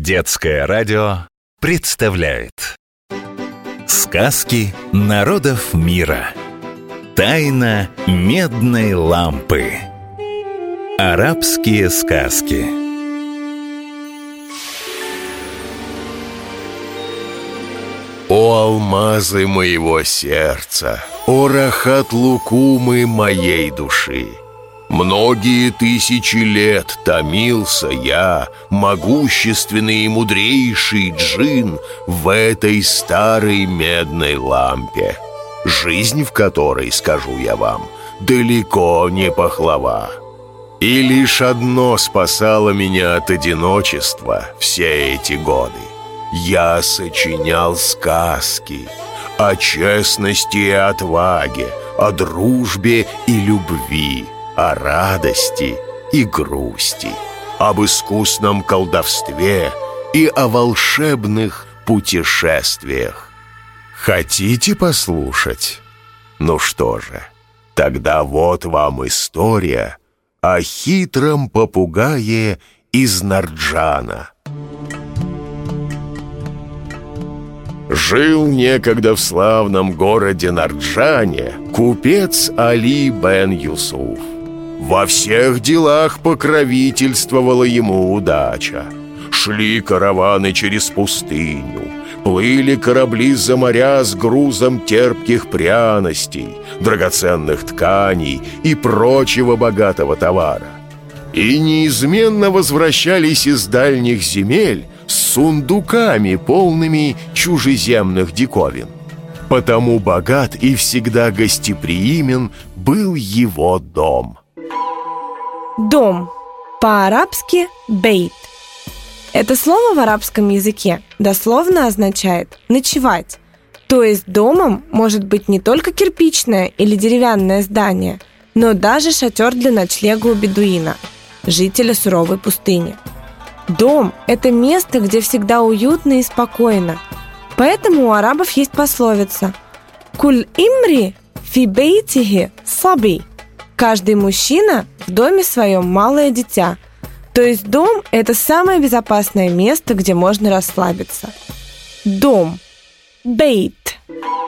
Детское радио представляет сказки народов мира. Тайна медной лампы. Арабские сказки. О алмазы моего сердца, о рахат-лукумы моей души! Многие тысячи лет томился я, могущественный и мудрейший джин, в этой старой медной лампе, жизнь в которой, скажу я вам, далеко не пахлава. И лишь одно спасало меня от одиночества все эти годы. Я сочинял сказки о честности и отваге, о дружбе и любви, о радости и грусти, об искусном колдовстве и о волшебных путешествиях. Хотите послушать? Ну что же, тогда вот вам история о хитром попугае из Нарджана. Жил некогда в славном городе Нарджане купец Али бен Юсуф. Во всех делах покровительствовала ему удача. Шли караваны через пустыню, плыли корабли за моря с грузом терпких пряностей, драгоценных тканей и прочего богатого товара. И неизменно возвращались из дальних земель с сундуками, полными чужеземных диковин. Потому богат и всегда гостеприимен был его дом. Дом. По-арабски «бейт». Это слово в арабском языке дословно означает «ночевать». То есть домом может быть не только кирпичное или деревянное здание, но даже шатер для ночлега у бедуина, жителя суровой пустыни. Дом – это место, где всегда уютно и спокойно. Поэтому у арабов есть пословица «Куль имри фи бейтихи саби». Каждый мужчина в доме своем малое дитя. То есть дом – это самое безопасное место, где можно расслабиться. Дом. Бейт.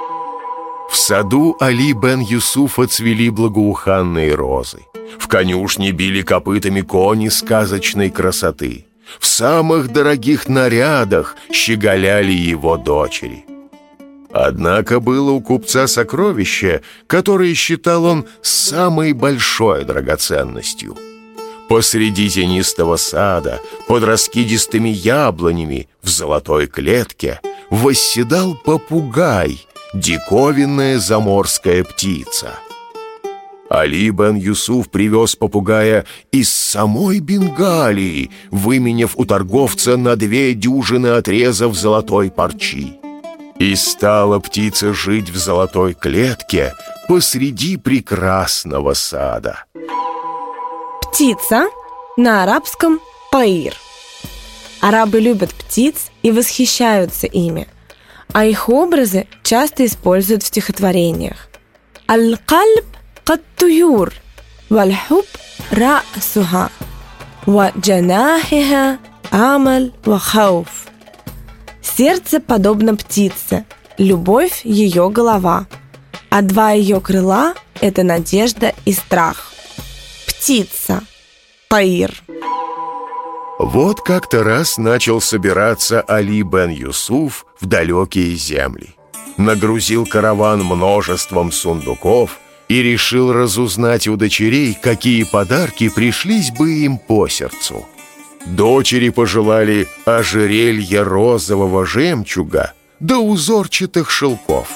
В саду Али бен Юсуфа цвели благоуханные розы. В конюшне били копытами кони сказочной красоты. В самых дорогих нарядах щеголяли его дочери. Однако было у купца сокровище, которое считал он самой большой драгоценностью. Посреди тенистого сада, под раскидистыми яблонями, в золотой клетке, восседал попугай, диковинная заморская птица. Али бен Юсуф привез попугая из самой Бенгалии, выменяв у торговца на 2 дюжины отрезов золотой парчи. И стала птица жить в золотой клетке посреди прекрасного сада. Птица, на арабском «таир». Арабы любят птиц и восхищаются ими, а их образы часто используют в стихотворениях. «Аль-кальб кат-туюр, валь-хуб ра'суха, ва джанахиха амаль ва хауф». Сердце подобно птице, любовь – ее голова, а 2 ее крыла – это надежда и страх. Птица. Таир. Вот как-то раз начал собираться Али бен Юсуф в далекие земли. Нагрузил караван множеством сундуков и решил разузнать у дочерей, какие подарки пришлись бы им по сердцу. Дочери пожелали ожерелья розового жемчуга да узорчатых шелков.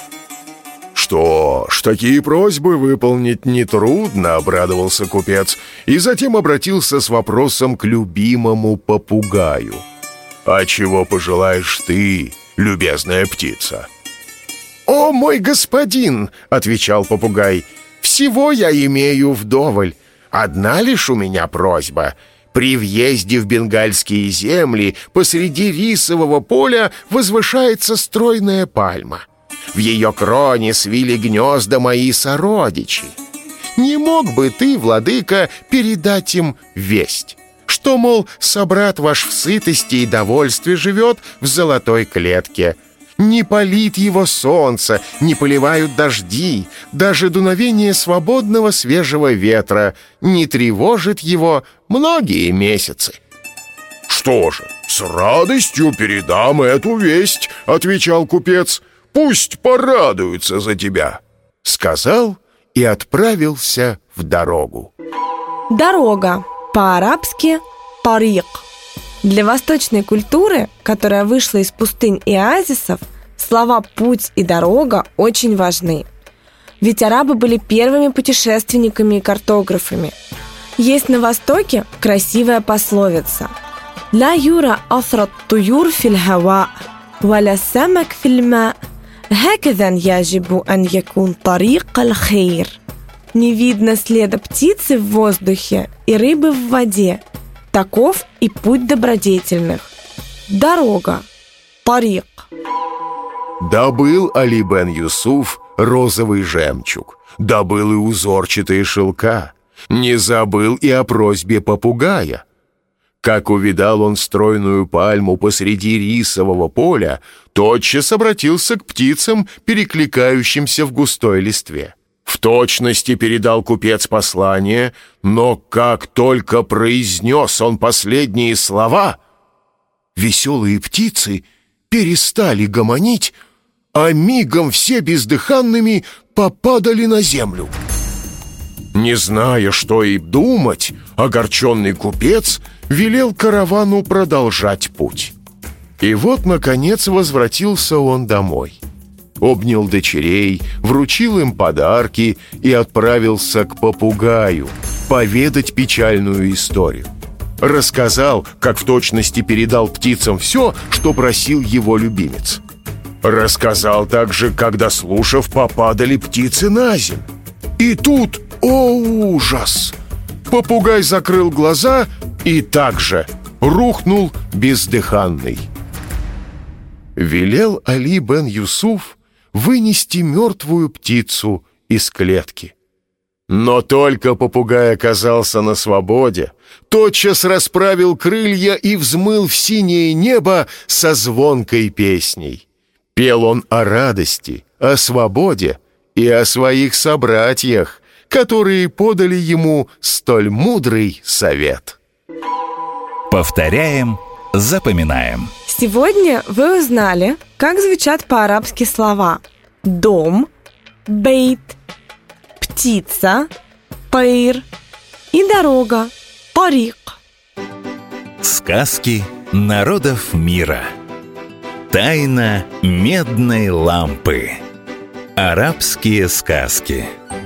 «Что ж, такие просьбы выполнить нетрудно», — обрадовался купец, и затем обратился с вопросом к любимому попугаю. «А чего пожелаешь ты, любезная птица?» «О, мой господин!» — отвечал попугай. «Всего я имею вдоволь. Одна лишь у меня просьба. При въезде в бенгальские земли посреди рисового поля возвышается стройная пальма. В ее кроне свили гнезда мои сородичи. Не мог бы ты, владыка, передать им весть, что, мол, собрат ваш в сытости и довольстве живет в золотой клетке. Не палит его солнце, не поливают дожди, даже дуновение свободного свежего ветра не тревожит его многие месяцы. «Что же, с радостью передам эту весть», — отвечал купец. «Пусть порадуются за тебя», — сказал и отправился в дорогу. Дорога, по-арабски «тарик». Для восточной культуры, которая вышла из пустынь и оазисов, слова «путь» и «дорога» очень важны. Ведь арабы были первыми путешественниками и картографами. Есть на Востоке красивая пословица «Ла юра асрат туюр фил хава, валя самак фил ма, хакадан яджибу ан якун тарик аль-хейр». Не видно следа птицы в воздухе и рыбы в воде. Таков и путь добродетельных. Дорога. Тарик. Добыл Али бен Юсуф розовый жемчуг, добыл и узорчатые шелка, не забыл и о просьбе попугая. Как увидал он стройную пальму посреди рисового поля, тотчас обратился к птицам, перекликающимся в густой листве. В точности передал купец послание, но как только произнес он последние слова, веселые птицы перестали гомонить, а мигом все бездыханными попадали на землю. Не зная, что и думать, огорченный купец велел каравану продолжать путь. И вот, наконец, возвратился он домой. Обнял дочерей, вручил им подарки и отправился к попугаю поведать печальную историю. Рассказал, как в точности передал птицам все, что просил его любимец. Рассказал также, как, дослушав, попадали птицы на землю. И тут, о ужас! Попугай закрыл глаза и также рухнул бездыханный. Велел Али бен Юсуф вынести мертвую птицу из клетки. Но только попугай оказался на свободе, тотчас расправил крылья и взмыл в синее небо со звонкой песней. Пел он о радости, о свободе и о своих собратьях, которые подали ему столь мудрый совет. Повторяем, запоминаем. Сегодня вы узнали, как звучат по-арабски слова «дом», «бейт», «птица», «тайр» и «дорога», «тарик». Сказки народов мира. Тайна медной лампы. Арабские сказки.